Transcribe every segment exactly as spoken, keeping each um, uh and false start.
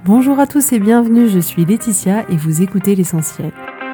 Bonjour à tous et bienvenue, je suis Laetitia et vous écoutez L'Essentiel.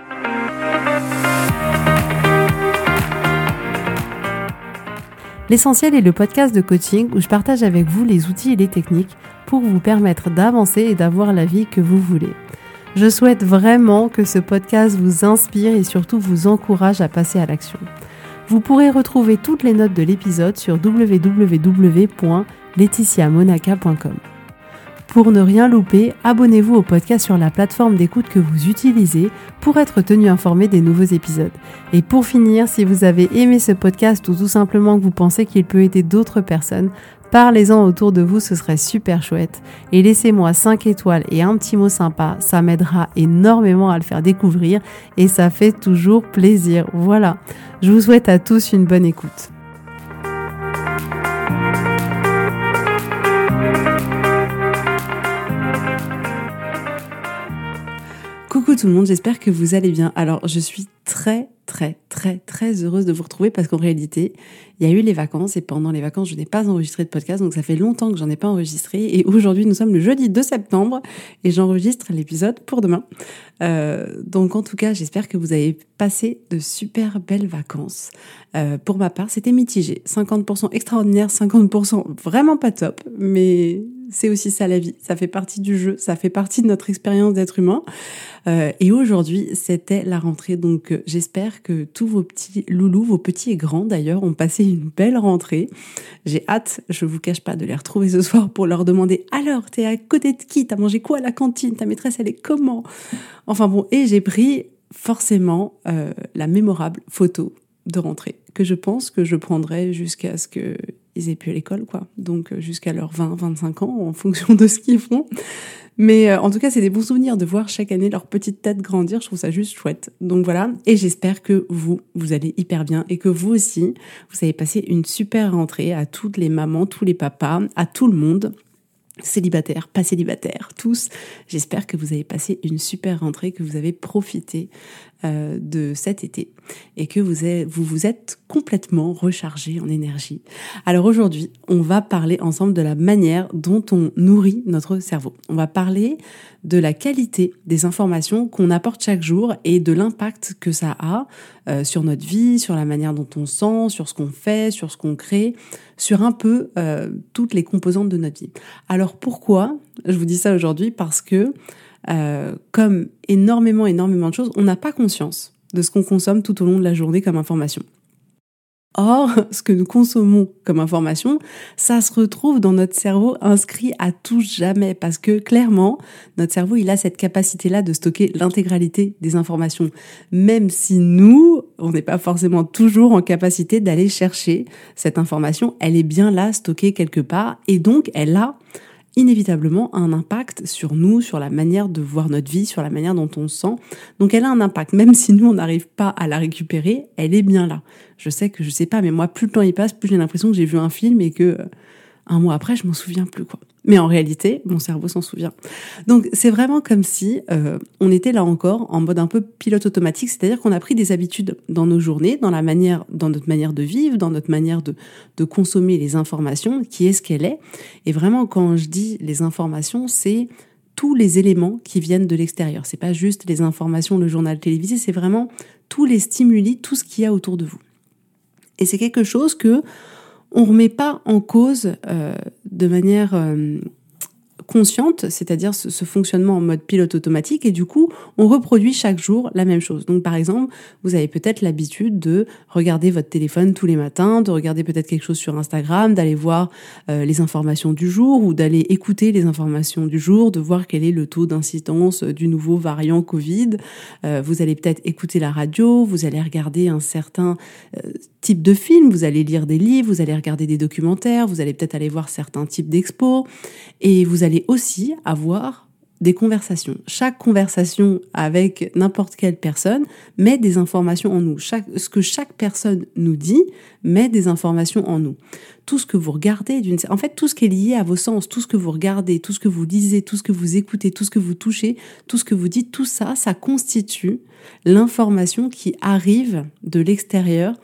L'Essentiel est le podcast de coaching où je partage avec vous les outils et les techniques pour vous permettre d'avancer et d'avoir la vie que vous voulez. Je souhaite vraiment que ce podcast vous inspire et surtout vous encourage à passer à l'action. Vous pourrez retrouver toutes les notes de l'épisode sur w w w point laetitia monaca point com. Pour ne rien louper, abonnez-vous au podcast sur la plateforme d'écoute que vous utilisez pour être tenu informé des nouveaux épisodes. Et pour finir, si vous avez aimé ce podcast ou tout simplement que vous pensez qu'il peut aider d'autres personnes, parlez-en autour de vous, ce serait super chouette. Et laissez-moi cinq étoiles et un petit mot sympa, ça m'aidera énormément à le faire découvrir et ça fait toujours plaisir. Voilà, je vous souhaite à tous une bonne écoute. Coucou tout le monde, j'espère que vous allez bien. Alors, je suis très, très, très, très heureuse de vous retrouver parce qu'en réalité, il y a eu les vacances et pendant les vacances, je n'ai pas enregistré de podcast, donc ça fait longtemps que j'en ai pas enregistré. Et aujourd'hui, nous sommes le jeudi deux septembre et j'enregistre l'épisode pour demain. Euh, donc en tout cas, j'espère que vous avez passé de super belles vacances. Euh, pour ma part, c'était mitigé. cinquante pour cent extraordinaire, cinquante pour cent vraiment pas top, mais c'est aussi ça la vie. Ça fait partie du jeu, ça fait partie de notre expérience d'être humain. Euh, et aujourd'hui, c'était la rentrée, donc euh, j'espère que tous vos petits loulous, vos petits et grands d'ailleurs, ont passé une belle rentrée. J'ai hâte, je vous cache pas, de les retrouver ce soir pour leur demander « Alors, t'es à côté de qui ? T'as mangé quoi à la cantine ? Ta maîtresse, elle est comment ?» Enfin bon, et j'ai pris forcément euh, la mémorable photo de rentrée, que je pense que je prendrai jusqu'à ce qu'ils aient pu à l'école, quoi. Donc jusqu'à leurs vingt, vingt-cinq ans, en fonction de ce qu'ils font. Mais euh, en tout cas, c'est des bons souvenirs de voir chaque année leur petite tête grandir. Je trouve ça juste chouette. Donc voilà. Et j'espère que vous, vous allez hyper bien et que vous aussi, vous avez passé une super rentrée à toutes les mamans, tous les papas, à tout le monde. Célibataires, pas célibataires, tous. J'espère que vous avez passé une super rentrée, que vous avez profité euh, de cet été et que vous, avez, vous vous êtes complètement rechargés en énergie. Alors aujourd'hui, on va parler ensemble de la manière dont on nourrit notre cerveau. On va parler de la qualité des informations qu'on apporte chaque jour et de l'impact que ça a euh, sur notre vie, sur la manière dont on sent, sur ce qu'on fait, sur ce qu'on crée, sur un peu euh, toutes les composantes de notre vie. Alors pourquoi je vous dis ça aujourd'hui ? Parce que euh, comme énormément, énormément de choses, on n'a pas conscience de ce qu'on consomme tout au long de la journée comme information. Or, ce que nous consommons comme information, ça se retrouve dans notre cerveau inscrit à tout jamais parce que clairement, notre cerveau, il a cette capacité-là de stocker l'intégralité des informations. Même si nous, on n'est pas forcément toujours en capacité d'aller chercher cette information, elle est bien là, stockée quelque part et donc elle a inévitablement un impact sur nous, sur la manière de voir notre vie, sur la manière dont on se sent. Donc elle a un impact, même si nous on n'arrive pas à la récupérer, elle est bien là. Je sais que je sais pas, mais moi plus le temps y passe, plus j'ai l'impression que j'ai vu un film et que euh, un mois après je m'en souviens plus quoi. Mais en réalité, mon cerveau s'en souvient. Donc c'est vraiment comme si euh, on était là encore en mode un peu pilote automatique, c'est-à-dire qu'on a pris des habitudes dans nos journées, dans la manière, dans notre manière de vivre, dans notre manière de, de consommer les informations, qui est ce qu'elle est. Et vraiment, quand je dis les informations, c'est tous les éléments qui viennent de l'extérieur. C'est pas juste les informations, le journal télévisé, c'est vraiment tous les stimuli, tout ce qu'il y a autour de vous. Et c'est quelque chose que on remet pas en cause euh, de manière euh, consciente, c'est-à-dire ce, ce fonctionnement en mode pilote automatique, et du coup, on reproduit chaque jour la même chose. Donc, par exemple, vous avez peut-être l'habitude de regarder votre téléphone tous les matins, de regarder peut-être quelque chose sur Instagram, d'aller voir euh, les informations du jour, ou d'aller écouter les informations du jour, de voir quel est le taux d'incidence du nouveau variant Covid. Euh, vous allez peut-être écouter la radio, vous allez regarder un certain euh, type de film, vous allez lire des livres, vous allez regarder des documentaires, vous allez peut-être aller voir certains types d'expos, et vous allez aussi avoir des conversations. Chaque conversation avec n'importe quelle personne met des informations en nous. Chaque, ce que chaque personne nous dit met des informations en nous. Tout ce que vous regardez, d'une, en fait, tout ce qui est lié à vos sens, tout ce que vous regardez, tout ce que vous lisez, tout ce que vous écoutez, tout ce que vous touchez, tout ce que vous dites, tout ça, ça constitue l'information qui arrive de l'extérieur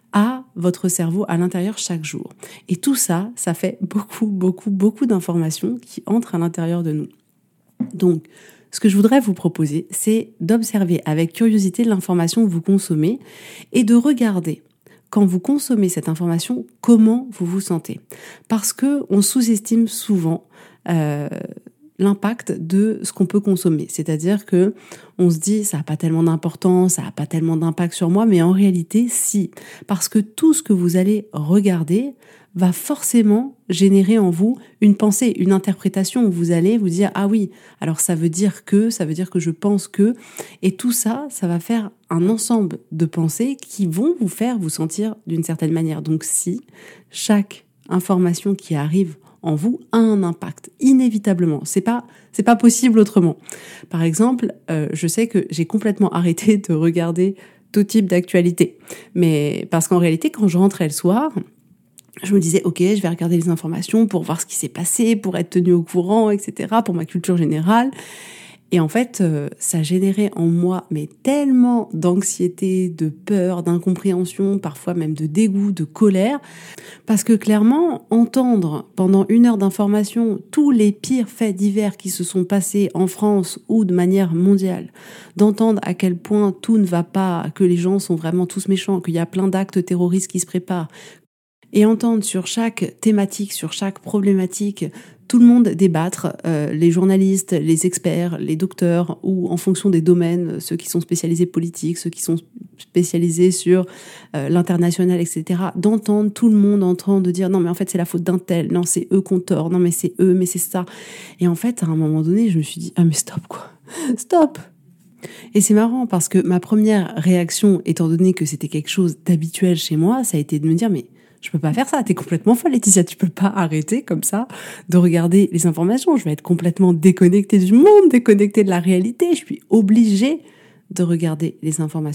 à votre cerveau à l'intérieur chaque jour. Et tout ça, ça fait beaucoup, beaucoup, beaucoup d'informations qui entrent à l'intérieur de nous. Donc, ce que je voudrais vous proposer, c'est d'observer avec curiosité l'information que vous consommez et de regarder, quand vous consommez cette information, comment vous vous sentez. Parce que on sous-estime souvent euh, l'impact de ce qu'on peut consommer. C'est-à-dire que on se dit, ça n'a pas tellement d'importance, ça n'a pas tellement d'impact sur moi, mais en réalité, si. Parce que tout ce que vous allez regarder va forcément générer en vous une pensée, une interprétation où vous allez vous dire « Ah oui, alors ça veut dire que, ça veut dire que je pense que… » Et tout ça, ça va faire un ensemble de pensées qui vont vous faire vous sentir d'une certaine manière. Donc si chaque information qui arrive en vous a un impact, inévitablement. C'est pas, c'est pas possible autrement. Par exemple, euh, je sais que j'ai complètement arrêté de regarder tout type d'actualité. Mais parce qu'en réalité, quand je rentrais le soir, je me disais, ok, je vais regarder les informations pour voir ce qui s'est passé, pour être tenue au courant, et cetera, pour ma culture générale. Et en fait, euh, ça générait en moi mais tellement d'anxiété, de peur, d'incompréhension, parfois même de dégoût, de colère, parce que clairement, entendre pendant une heure d'information tous les pires faits divers qui se sont passés en France ou de manière mondiale, d'entendre à quel point tout ne va pas, que les gens sont vraiment tous méchants, qu'il y a plein d'actes terroristes qui se préparent, et entendre sur chaque thématique, sur chaque problématique, tout le monde débattre, euh, les journalistes, les experts, les docteurs, ou en fonction des domaines, ceux qui sont spécialisés politique, ceux qui sont spécialisés sur euh, l'international, et cetera, d'entendre tout le monde en train de dire « Non, mais en fait, c'est la faute d'un tel, non, c'est eux qui ont tort, non, mais c'est eux, mais c'est ça. » Et en fait, à un moment donné, je me suis dit « Ah, mais stop, quoi, stop !» Et c'est marrant parce que ma première réaction, étant donné que c'était quelque chose d'habituel chez moi, ça a été de me dire « Mais je peux pas faire ça, t'es complètement folle, Laetitia, tu peux pas arrêter comme ça de regarder les informations. Je vais être complètement déconnectée du monde, déconnectée de la réalité. Je suis obligée de regarder les informations. »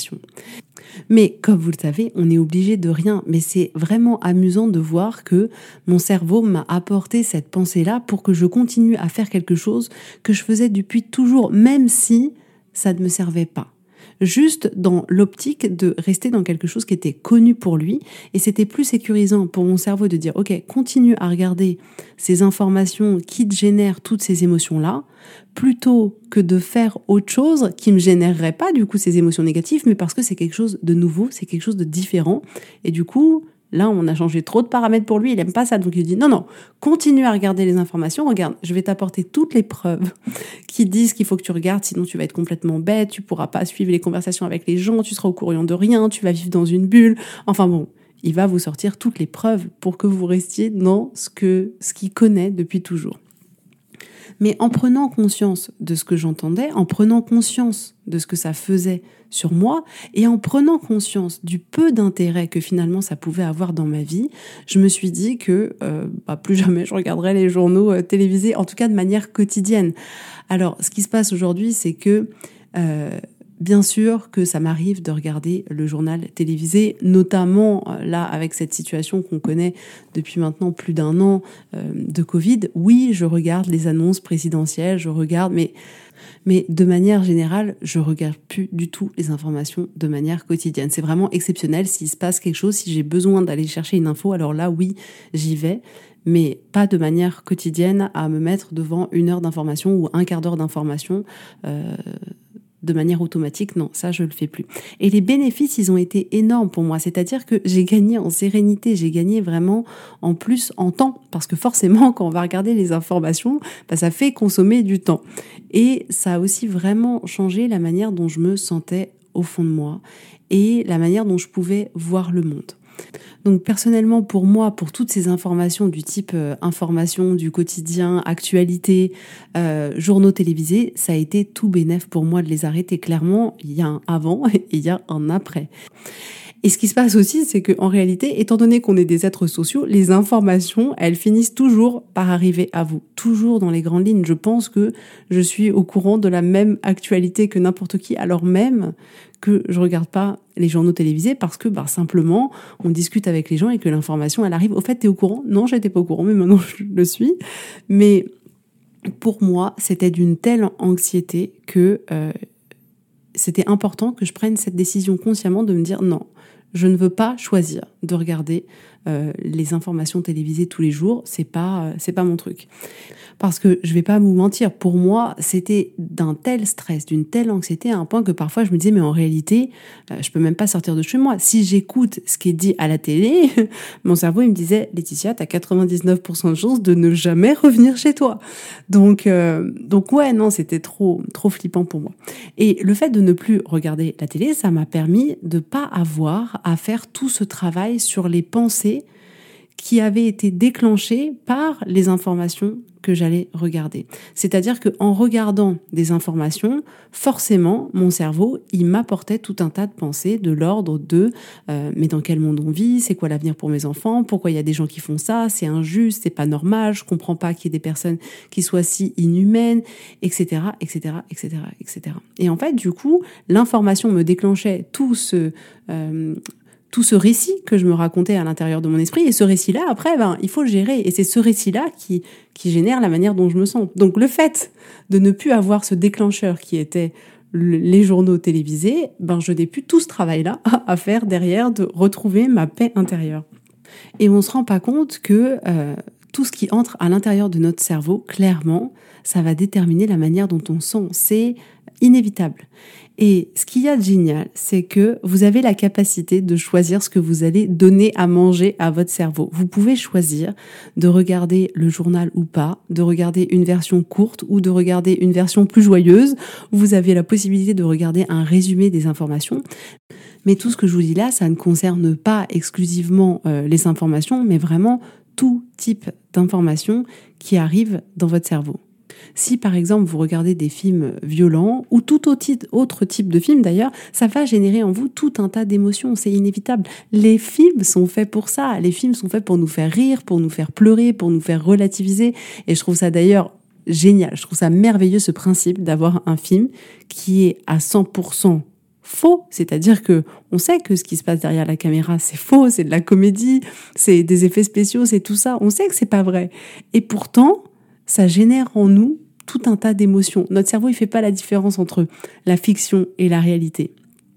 Mais comme vous le savez, on est obligé de rien. Mais c'est vraiment amusant de voir que mon cerveau m'a apporté cette pensée-là pour que je continue à faire quelque chose que je faisais depuis toujours, même si ça ne me servait pas. Juste dans l'optique de rester dans quelque chose qui était connu pour lui. Et c'était plus sécurisant pour mon cerveau de dire « Ok, continue à regarder ces informations qui te génèrent toutes ces émotions-là, plutôt que de faire autre chose qui me générerait pas du coup ces émotions négatives, mais parce que c'est quelque chose de nouveau, c'est quelque chose de différent. » Et du coup, là, on a changé trop de paramètres pour lui, il aime pas ça. Donc il dit non, non, continue à regarder les informations, regarde, je vais t'apporter toutes les preuves qui disent qu'il faut que tu regardes, sinon tu vas être complètement bête, tu pourras pas suivre les conversations avec les gens, tu seras au courant de rien, tu vas vivre dans une bulle. Enfin bon, il va vous sortir toutes les preuves pour que vous restiez dans ce que, ce qu'il connaît depuis toujours. Mais en prenant conscience de ce que j'entendais, en prenant conscience de ce que ça faisait sur moi, et en prenant conscience du peu d'intérêt que finalement ça pouvait avoir dans ma vie, je me suis dit que euh, bah, plus jamais je regarderais les journaux euh, télévisés, en tout cas de manière quotidienne. Alors, ce qui se passe aujourd'hui, c'est que euh, bien sûr que ça m'arrive de regarder le journal télévisé, notamment là avec cette situation qu'on connaît depuis maintenant plus d'un an euh, de Covid. Oui, je regarde les annonces présidentielles, je regarde, mais mais de manière générale, je regarde plus du tout les informations de manière quotidienne. C'est vraiment exceptionnel. S'il se passe quelque chose, si j'ai besoin d'aller chercher une info, alors là, oui, j'y vais. Mais pas de manière quotidienne à me mettre devant une heure d'information ou un quart d'heure d'information euh, de manière automatique. Non, ça, je le fais plus. Et les bénéfices, ils ont été énormes pour moi. C'est-à-dire que j'ai gagné en sérénité, j'ai gagné vraiment en plus en temps. Parce que forcément, quand on va regarder les informations, bah, ça fait consommer du temps. Et ça a aussi vraiment changé la manière dont je me sentais au fond de moi et la manière dont je pouvais voir le monde. Donc personnellement, pour moi, pour toutes ces informations du type euh, information du quotidien, actualité, euh, journaux télévisés, ça a été tout bénef pour moi de les arrêter. Clairement, il y a un avant et il y a un après. Et ce qui se passe aussi, c'est qu'en réalité, étant donné qu'on est des êtres sociaux, les informations, elles finissent toujours par arriver à vous, toujours dans les grandes lignes. Je pense que je suis au courant de la même actualité que n'importe qui, alors même que je regarde pas les journaux télévisés parce que bah, simplement, on discute avec les gens et que l'information, elle arrive. Au fait, t'es au courant ? Non, j'étais pas au courant, mais maintenant je le suis. Mais pour moi, c'était d'une telle anxiété que euh, c'était important que je prenne cette décision consciemment de me dire non, je ne veux pas choisir de regarder euh, les informations télévisées tous les jours, c'est pas, euh, c'est pas mon truc. Parce que je vais pas vous mentir, pour moi, c'était d'un tel stress, d'une telle anxiété à un point que parfois je me disais, mais en réalité, euh, je peux même pas sortir de chez moi. Si j'écoute ce qui est dit à la télé, mon cerveau, il me disait, Laetitia, t'as quatre-vingt-dix-neuf pour cent de chances de ne jamais revenir chez toi. Donc, euh, donc ouais, non, c'était trop, trop flippant pour moi. Et le fait de ne plus regarder la télé, ça m'a permis de pas avoir à faire tout ce travail sur les pensées qui avaient été déclenchées par les informations que j'allais regarder. C'est-à-dire qu'en regardant des informations, forcément, mon cerveau, il m'apportait tout un tas de pensées de l'ordre de euh, mais dans quel monde on vit, c'est quoi l'avenir pour mes enfants, pourquoi il y a des gens qui font ça, c'est injuste, c'est pas normal, je comprends pas qu'il y ait des personnes qui soient si inhumaines, et cetera, et cetera, et cetera, et cetera. Et en fait, du coup, l'information me déclenchait tout ce euh, tout ce récit que je me racontais à l'intérieur de mon esprit. Et ce récit-là, après, ben, il faut le gérer. Et c'est ce récit-là qui, qui génère la manière dont je me sens. Donc, le fait de ne plus avoir ce déclencheur qui était le, les journaux télévisés, ben, je n'ai plus tout ce travail-là à faire derrière de retrouver ma paix intérieure. Et on se rend pas compte que euh, tout ce qui entre à l'intérieur de notre cerveau, clairement, ça va déterminer la manière dont on sent. C'est inévitable. Et ce qu'il y a de génial, c'est que vous avez la capacité de choisir ce que vous allez donner à manger à votre cerveau. Vous pouvez choisir de regarder le journal ou pas, de regarder une version courte ou de regarder une version plus joyeuse. Vous avez la possibilité de regarder un résumé des informations. Mais tout ce que je vous dis là, ça ne concerne pas exclusivement euh, les informations, mais vraiment tout type d'informations qui arrivent dans votre cerveau. Si par exemple vous regardez des films violents ou tout autre type de film d'ailleurs, ça va générer en vous tout un tas d'émotions, c'est inévitable. Les films sont faits pour ça, les films sont faits pour nous faire rire, pour nous faire pleurer, pour nous faire relativiser. Et je trouve ça d'ailleurs génial, je trouve ça merveilleux ce principe d'avoir un film qui est à cent pour cent faux, c'est-à-dire que on sait que ce qui se passe derrière la caméra, c'est faux, c'est de la comédie, c'est des effets spéciaux, c'est tout ça, on sait que c'est pas vrai. Et pourtant, ça génère en nous tout un tas d'émotions. Notre cerveau, il fait pas la différence entre la fiction et la réalité.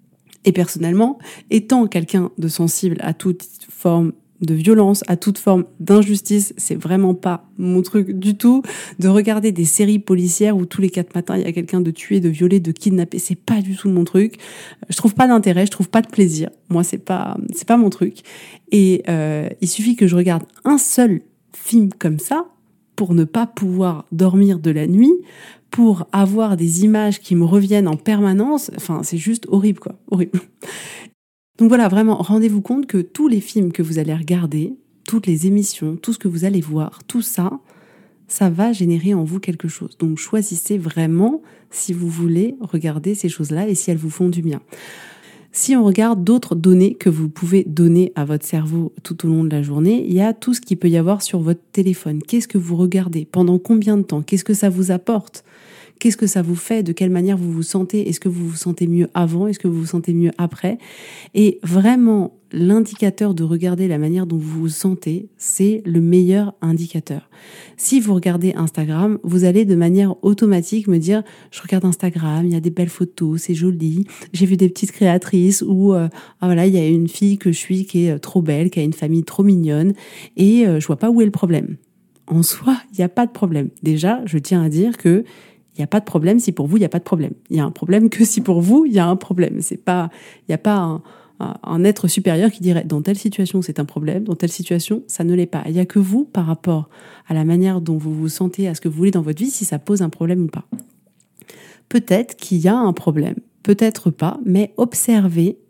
Et personnellement, étant quelqu'un de sensible à toute forme de violence, à toute forme d'injustice, c'est vraiment pas mon truc du tout. De regarder des séries policières où tous les quatre matins, il y a quelqu'un de tué, de violé, de kidnappé, c'est pas du tout mon truc. Je trouve pas d'intérêt, je trouve pas de plaisir. Moi, c'est pas, c'est pas mon truc. Et euh, il suffit que je regarde un seul film comme ça, pour ne pas pouvoir dormir de la nuit, pour avoir des images qui me reviennent en permanence. Enfin, c'est juste horrible, quoi. Horrible. Donc voilà, vraiment, rendez-vous compte que tous les films que vous allez regarder, toutes les émissions, tout ce que vous allez voir, tout ça, ça va générer en vous quelque chose. Donc choisissez vraiment si vous voulez regarder ces choses-là et si elles vous font du bien. Si on regarde d'autres données que vous pouvez donner à votre cerveau tout au long de la journée, il y a tout ce qu'il peut y avoir sur votre téléphone. Qu'est-ce que vous regardez? Pendant combien de temps? Qu'est-ce que ça vous apporte? Qu'est-ce que ça vous fait? De quelle manière vous vous sentez? Est-ce que vous vous sentez mieux avant? Est-ce que vous vous sentez mieux après? Et vraiment, l'indicateur de regarder la manière dont vous vous sentez, c'est le meilleur indicateur. Si vous regardez Instagram, vous allez de manière automatique me dire « Je regarde Instagram, il y a des belles photos, c'est joli. J'ai vu des petites créatrices où euh, ah voilà, il y a une fille que je suis qui est trop belle, qui a une famille trop mignonne et euh, je vois pas où est le problème. » En soi, il n'y a pas de problème. Déjà, je tiens à dire que il n'y a pas de problème si pour vous, il n'y a pas de problème. Il y a un problème que si pour vous, il y a un problème. C'est pas, il n'y a pas un, un, un être supérieur qui dirait dans telle situation, c'est un problème, dans telle situation, ça ne l'est pas. Il n'y a que vous, par rapport à la manière dont vous vous sentez, à ce que vous voulez dans votre vie, si ça pose un problème ou pas. Peut-être qu'il y a un problème, peut-être pas, mais observez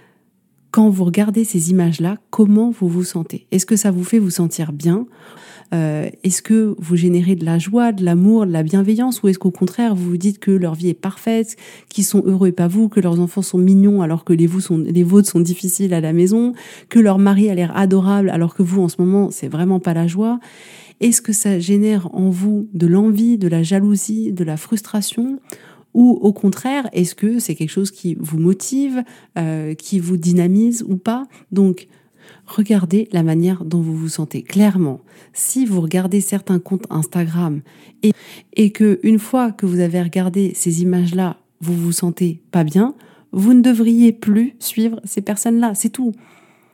quand vous regardez ces images-là, comment vous vous sentez. Est-ce que ça vous fait vous sentir bien ? Euh, est-ce que vous générez de la joie, de l'amour, de la bienveillance, ou est-ce qu'au contraire vous vous dites que leur vie est parfaite, qu'ils sont heureux et pas vous, que leurs enfants sont mignons alors que les, vous sont, les vôtres sont difficiles à la maison, que leur mari a l'air adorable alors que vous en ce moment c'est vraiment pas la joie? Est-ce que ça génère en vous de l'envie, de la jalousie, de la frustration? Ou au contraire, est-ce que c'est quelque chose qui vous motive, euh, qui vous dynamise ou pas? Donc, regardez la manière dont vous vous sentez. Clairement, si vous regardez certains comptes Instagram et, et que une fois que vous avez regardé ces images-là, vous vous sentez pas bien, vous ne devriez plus suivre ces personnes-là. C'est tout.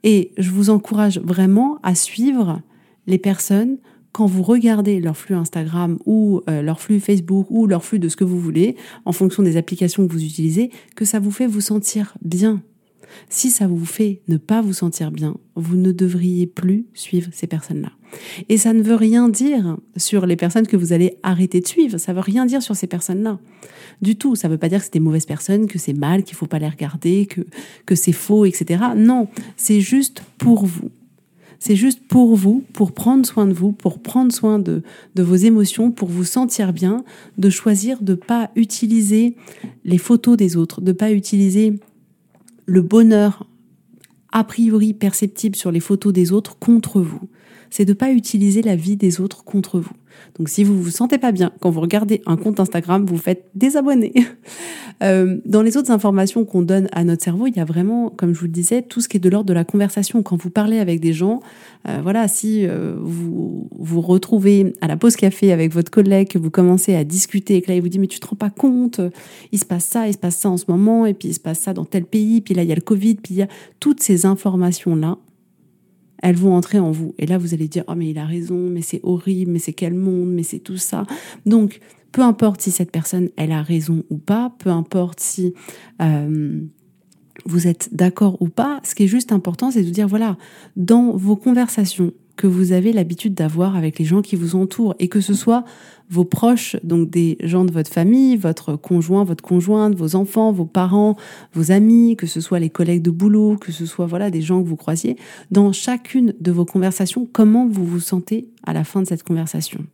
Et je vous encourage vraiment à suivre les personnes quand vous regardez leur flux Instagram ou euh, leur flux Facebook ou leur flux de ce que vous voulez, en fonction des applications que vous utilisez, que ça vous fait vous sentir bien. Si ça vous fait ne pas vous sentir bien, vous ne devriez plus suivre ces personnes-là. Et ça ne veut rien dire sur les personnes que vous allez arrêter de suivre. Ça veut rien dire sur ces personnes-là. Du tout. Ça ne veut pas dire que c'est des mauvaises personnes, que c'est mal, qu'il ne faut pas les regarder, que, que c'est faux, et cetera. Non, c'est juste pour vous. C'est juste pour vous, pour prendre soin de vous, pour prendre soin de, de vos émotions, pour vous sentir bien, de choisir de ne pas utiliser les photos des autres, de ne pas utiliser le bonheur a priori perceptible sur les photos des autres contre vous. C'est de ne pas utiliser la vie des autres contre vous. Donc si vous vous sentez pas bien quand vous regardez un compte Instagram, vous faites désabonner. Euh, dans les autres informations qu'on donne à notre cerveau, il y a vraiment, comme je vous le disais, tout ce qui est de l'ordre de la conversation. Quand vous parlez avec des gens, euh, voilà, si euh, vous vous retrouvez à la pause café avec votre collègue, que vous commencez à discuter et que là il vous dit mais tu te rends pas compte, il se passe ça, il se passe ça en ce moment, et puis il se passe ça dans tel pays, puis là il y a le Covid, puis il y a toutes ces informations là. Elles vont entrer en vous. Et là, vous allez dire « Oh, mais il a raison, mais c'est horrible, mais c'est quel monde, mais c'est tout ça. » Donc, peu importe si cette personne, elle a raison ou pas, peu importe si euh, vous êtes d'accord ou pas, ce qui est juste important, c'est de vous dire, voilà, dans vos conversations que vous avez l'habitude d'avoir avec les gens qui vous entourent, et que ce soit vos proches, donc des gens de votre famille, votre conjoint, votre conjointe, vos enfants, vos parents, vos amis, que ce soit les collègues de boulot, que ce soit voilà des gens que vous croisiez, dans chacune de vos conversations, comment vous vous sentez à la fin de cette conversation.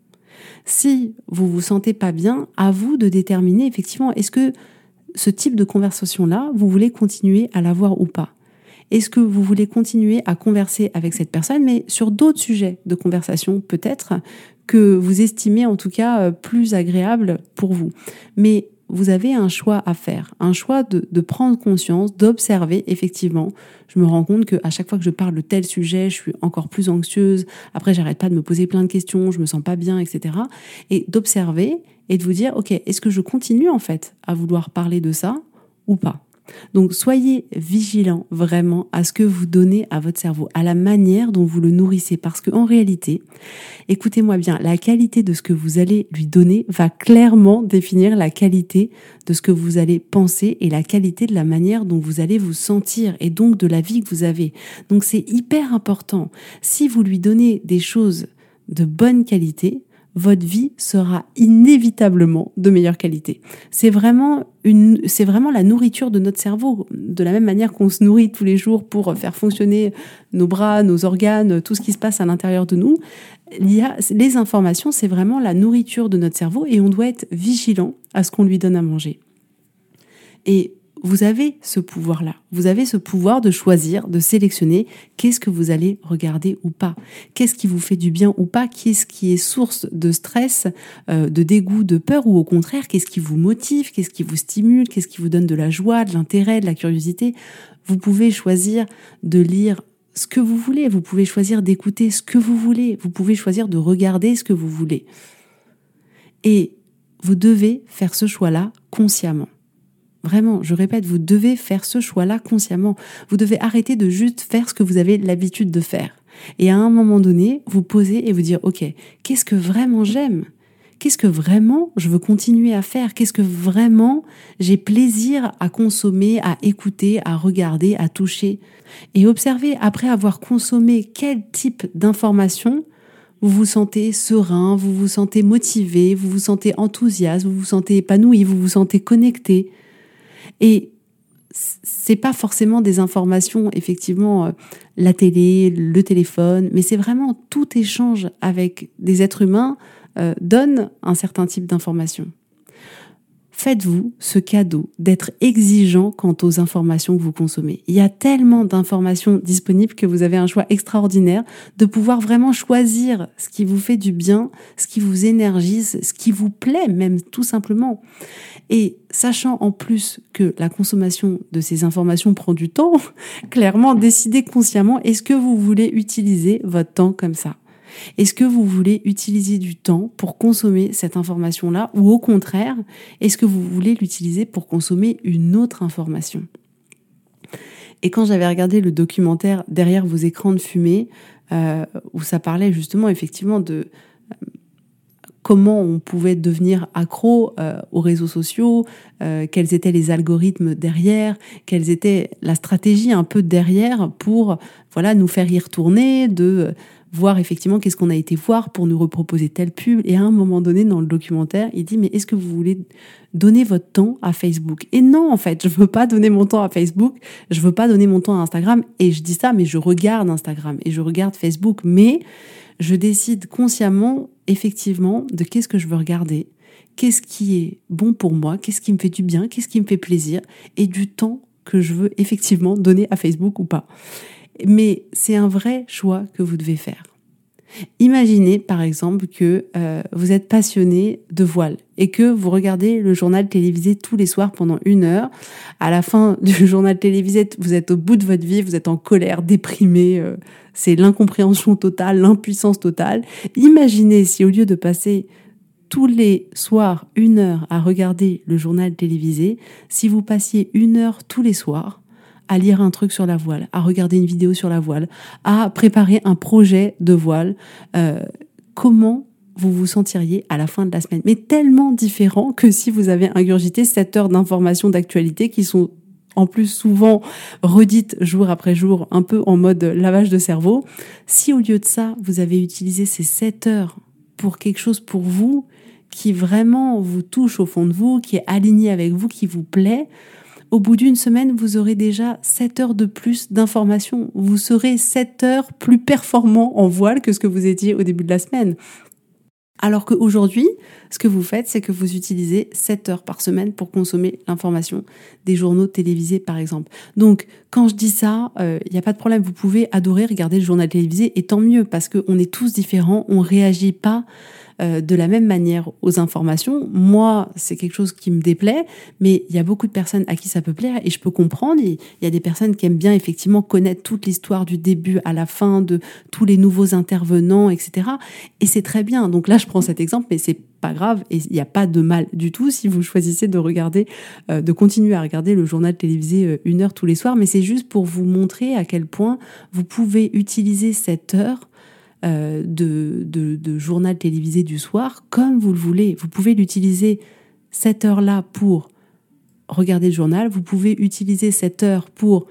Si vous vous sentez pas bien, à vous de déterminer effectivement, est-ce que ce type de conversation-là, vous voulez continuer à l'avoir ou pas ? Est-ce que vous voulez continuer à converser avec cette personne, mais sur d'autres sujets de conversation peut-être, que vous estimez en tout cas plus agréables pour vous. Mais vous avez un choix à faire, un choix de, de prendre conscience, d'observer effectivement. Je me rends compte qu'à chaque fois que je parle de tel sujet, je suis encore plus anxieuse. Après, j'arrête pas de me poser plein de questions, je me sens pas bien, et cetera. Et d'observer et de vous dire, ok, est-ce que je continue en fait à vouloir parler de ça ou pas ? Donc, soyez vigilants vraiment à ce que vous donnez à votre cerveau, à la manière dont vous le nourrissez. Parce qu'en réalité, écoutez-moi bien, la qualité de ce que vous allez lui donner va clairement définir la qualité de ce que vous allez penser et la qualité de la manière dont vous allez vous sentir et donc de la vie que vous avez. Donc, c'est hyper important. Si vous lui donnez des choses de bonne qualité, votre vie sera inévitablement de meilleure qualité. C'est vraiment une, c'est vraiment la nourriture de notre cerveau. De la même manière qu'on se nourrit tous les jours pour faire fonctionner nos bras, nos organes, tout ce qui se passe à l'intérieur de nous, il y a, les informations, c'est vraiment la nourriture de notre cerveau et on doit être vigilant à ce qu'on lui donne à manger. Et vous avez ce pouvoir-là. Vous avez ce pouvoir de choisir, de sélectionner qu'est-ce que vous allez regarder ou pas. Qu'est-ce qui vous fait du bien ou pas. Qu'est-ce qui est source de stress, euh, de dégoût, de peur, ou au contraire, qu'est-ce qui vous motive, qu'est-ce qui vous stimule, qu'est-ce qui vous donne de la joie, de l'intérêt, de la curiosité. Vous pouvez choisir de lire ce que vous voulez. Vous pouvez choisir d'écouter ce que vous voulez. Vous pouvez choisir de regarder ce que vous voulez. Et vous devez faire ce choix-là consciemment. Vraiment, je répète, vous devez faire ce choix-là consciemment. Vous devez arrêter de juste faire ce que vous avez l'habitude de faire. Et à un moment donné, vous poser et vous dire, ok, qu'est-ce que vraiment j'aime ? Qu'est-ce que vraiment je veux continuer à faire ? Qu'est-ce que vraiment j'ai plaisir à consommer, à écouter, à regarder, à toucher ? Et observez, après avoir consommé quel type d'informations vous vous sentez serein, vous vous sentez motivé, vous vous sentez enthousiaste, vous vous sentez épanoui, vous vous sentez connecté. Et c'est pas forcément des informations, effectivement, euh, la télé, le téléphone, mais c'est vraiment tout échange avec des êtres humains euh, donne un certain type d'informations. Faites-vous ce cadeau d'être exigeant quant aux informations que vous consommez. Il y a tellement d'informations disponibles que vous avez un choix extraordinaire de pouvoir vraiment choisir ce qui vous fait du bien, ce qui vous énergise, ce qui vous plaît même tout simplement. Et sachant en plus que la consommation de ces informations prend du temps, clairement décidez consciemment, est-ce que vous voulez utiliser votre temps comme ça ? Est-ce que vous voulez utiliser du temps pour consommer cette information-là, ou au contraire, est-ce que vous voulez l'utiliser pour consommer une autre information ? Et quand j'avais regardé le documentaire Derrière vos écrans de fumée, euh, où ça parlait justement effectivement de euh, comment on pouvait devenir accro euh, aux réseaux sociaux, euh, quels étaient les algorithmes derrière, quelle était la stratégie un peu derrière pour voilà nous faire y retourner, de euh, voir effectivement qu'est-ce qu'on a été voir pour nous reproposer telle pub. Et à un moment donné dans le documentaire, il dit mais est-ce que vous voulez donner votre temps à Facebook? Et non, en fait, je veux pas donner mon temps à Facebook, je veux pas donner mon temps à Instagram. Et je dis ça, mais je regarde Instagram et je regarde Facebook, mais je décide consciemment, effectivement, de qu'est-ce que je veux regarder, qu'est-ce qui est bon pour moi, qu'est-ce qui me fait du bien, qu'est-ce qui me fait plaisir, et du temps que je veux effectivement donner à Facebook ou pas. Mais c'est un vrai choix que vous devez faire. Imaginez par exemple que euh, vous êtes passionné de voile et que vous regardez le journal télévisé tous les soirs pendant une heure. À la fin du journal télévisé, vous êtes au bout de votre vie, vous êtes en colère, déprimé, euh, c'est l'incompréhension totale, l'impuissance totale. Imaginez si au lieu de passer tous les soirs une heure à regarder le journal télévisé, si vous passiez une heure tous les soirs à lire un truc sur la voile, à regarder une vidéo sur la voile, à préparer un projet de voile, euh, comment vous vous sentiriez à la fin de la semaine? Mais tellement différent que si vous avez ingurgité sept heures d'informations d'actualité qui sont en plus souvent redites jour après jour, un peu en mode lavage de cerveau. Si au lieu de ça, vous avez utilisé ces sept heures pour quelque chose pour vous, qui vraiment vous touche au fond de vous, qui est aligné avec vous, qui vous plaît, au bout d'une semaine, vous aurez déjà sept heures de plus d'informations. Vous serez sept heures plus performant en voile que ce que vous étiez au début de la semaine. Alors qu'aujourd'hui, ce que vous faites, c'est que vous utilisez sept heures par semaine pour consommer l'information des journaux télévisés, par exemple. Donc, quand je dis ça, il euh, n'y a pas de problème. Vous pouvez adorer regarder le journal télévisé, et tant mieux, parce qu'on est tous différents, on ne réagit pas euh, de la même manière aux informations. Moi, c'est quelque chose qui me déplaît, mais il y a beaucoup de personnes à qui ça peut plaire, et je peux comprendre. Il y a des personnes qui aiment bien effectivement connaître toute l'histoire du début à la fin, de tous les nouveaux intervenants, et cetera. Et c'est très bien. Donc là, je prends cet exemple, mais c'est pas grave, et il n'y a pas de mal du tout si vous choisissez de regarder, euh, de continuer à regarder le journal télévisé euh, une heure tous les soirs, mais c'est juste pour vous montrer à quel point vous pouvez utiliser cette heure euh, de, de, de journal télévisé du soir comme vous le voulez. Vous pouvez l'utiliser cette heure-là pour regarder le journal, vous pouvez utiliser cette heure pour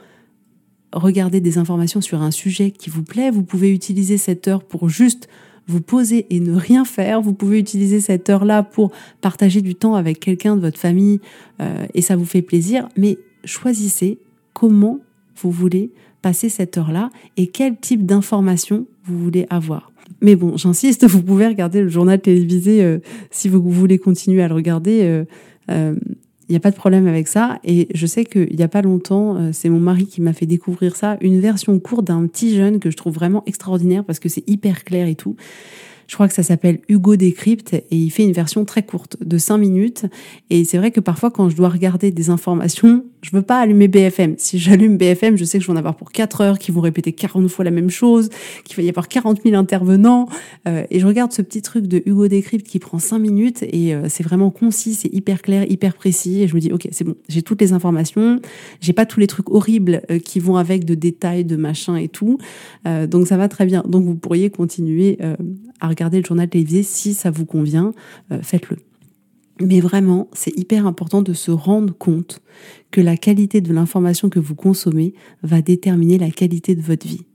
regarder des informations sur un sujet qui vous plaît, vous pouvez utiliser cette heure pour juste vous poser et ne rien faire. Vous pouvez utiliser cette heure-là pour partager du temps avec quelqu'un de votre famille euh, et ça vous fait plaisir. Mais choisissez comment vous voulez passer cette heure-là et quel type d'information vous voulez avoir. Mais bon, j'insiste, vous pouvez regarder le journal télévisé euh, si vous voulez continuer à le regarder. Euh, euh, Il n'y a pas de problème avec ça. Et je sais qu'il n'y a pas longtemps, euh, c'est mon mari qui m'a fait découvrir ça, une version courte d'un petit jeune que je trouve vraiment extraordinaire parce que c'est hyper clair et tout. Je crois que ça s'appelle Hugo Décrypte et il fait une version très courte de cinq minutes. Et c'est vrai que parfois, quand je dois regarder des informations, je veux pas allumer B F M. Si j'allume B F M, je sais que je vais en avoir pour quatre heures, qu'ils vont répéter quarante fois la même chose, qu'il va y avoir quarante mille intervenants. Euh, et je regarde ce petit truc de Hugo Décrypte qui prend cinq minutes et euh, c'est vraiment concis, c'est hyper clair, hyper précis. Et je me dis, ok, c'est bon, j'ai toutes les informations, j'ai pas tous les trucs horribles euh, qui vont avec de détails, de machin et tout. Euh, donc ça va très bien. Donc vous pourriez continuer euh, à regarder le journal télévisé si ça vous convient, euh, faites-le. Mais vraiment, c'est hyper important de se rendre compte que la qualité de l'information que vous consommez va déterminer la qualité de votre vie.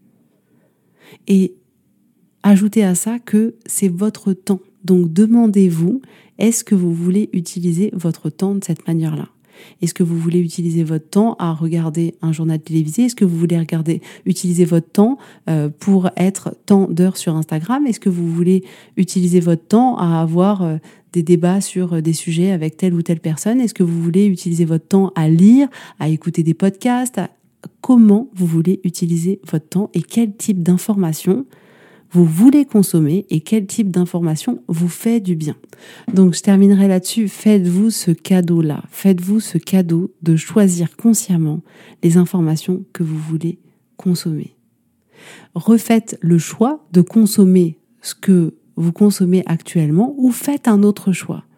Et ajoutez à ça que c'est votre temps. Donc demandez-vous, est-ce que vous voulez utiliser votre temps de cette manière-là ? Est-ce que vous voulez utiliser votre temps à regarder un journal télévisé ? Est-ce que vous voulez regarder, utiliser votre temps euh, pour être tant d'heures sur Instagram ? Est-ce que vous voulez utiliser votre temps à avoir euh, des débats sur des sujets avec telle ou telle personne ? Est-ce que vous voulez utiliser votre temps à lire, à écouter des podcasts ? à... Comment vous voulez utiliser votre temps et quel type d'information vous voulez consommer et quel type d'information vous fait du bien. Donc je terminerai là-dessus, faites-vous ce cadeau-là, faites-vous ce cadeau de choisir consciemment les informations que vous voulez consommer. Refaites le choix de consommer ce que vous consommez actuellement ou faites un autre choix.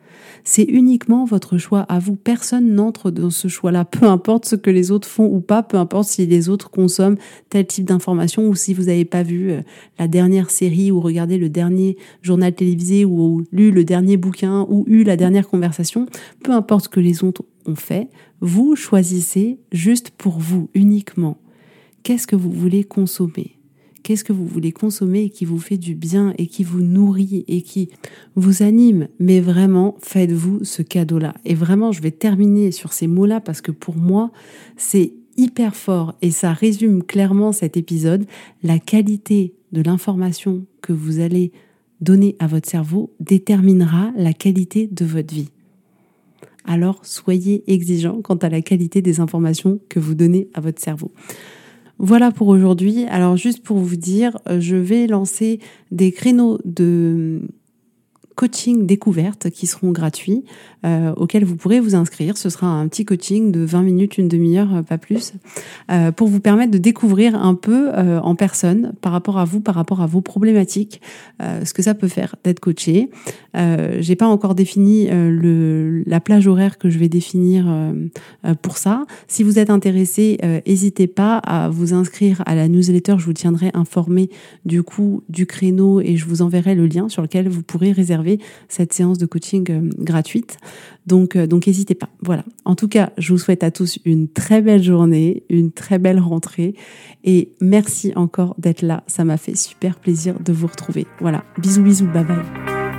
C'est uniquement votre choix à vous. Personne n'entre dans ce choix-là, peu importe ce que les autres font ou pas, peu importe si les autres consomment tel type d'information ou si vous n'avez pas vu la dernière série ou regardé le dernier journal télévisé ou lu le dernier bouquin ou eu la dernière conversation. Peu importe ce que les autres ont fait, vous choisissez juste pour vous, uniquement. Qu'est-ce que vous voulez consommer ? Qu'est-ce que vous voulez consommer et qui vous fait du bien et qui vous nourrit et qui vous anime ? Mais vraiment, faites-vous ce cadeau-là. Et vraiment, je vais terminer sur ces mots-là parce que pour moi, c'est hyper fort et ça résume clairement cet épisode. La qualité de l'information que vous allez donner à votre cerveau déterminera la qualité de votre vie. Alors, soyez exigeants quant à la qualité des informations que vous donnez à votre cerveau. Voilà pour aujourd'hui. Alors juste pour vous dire, je vais lancer des créneaux de coaching découverte qui seront gratuits, euh, auxquels vous pourrez vous inscrire. Ce sera un petit coaching de vingt minutes, une demi-heure, pas plus, euh, pour vous permettre de découvrir un peu euh, en personne, par rapport à vous, par rapport à vos problématiques, euh, ce que ça peut faire d'être coaché. Euh, j'ai pas encore défini euh, le, la plage horaire que je vais définir euh, euh, pour ça. Si vous êtes intéressé, euh, n'hésitez pas à vous inscrire à la newsletter. Je vous tiendrai informé du coup du créneau et je vous enverrai le lien sur lequel vous pourrez réserver cette séance de coaching euh, gratuite. Donc, euh, donc n'hésitez pas. Voilà. En tout cas, je vous souhaite à tous une très belle journée, une très belle rentrée et merci encore d'être là. Ça m'a fait super plaisir de vous retrouver. Voilà. Bisous, bisous. Bye bye.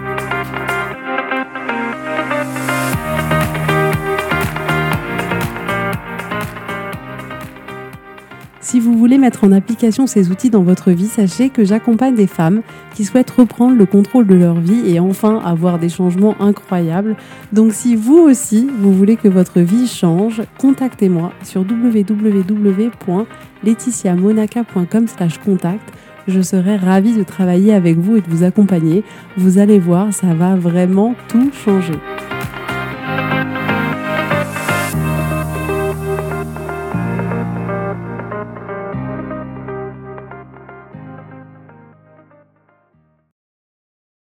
Si vous voulez mettre en application ces outils dans votre vie, sachez que j'accompagne des femmes qui souhaitent reprendre le contrôle de leur vie et enfin avoir des changements incroyables. Donc si vous aussi, vous voulez que votre vie change, contactez-moi sur w w w point laetitia monaca point com slash contact. Je serai ravie de travailler avec vous et de vous accompagner. Vous allez voir, ça va vraiment tout changer.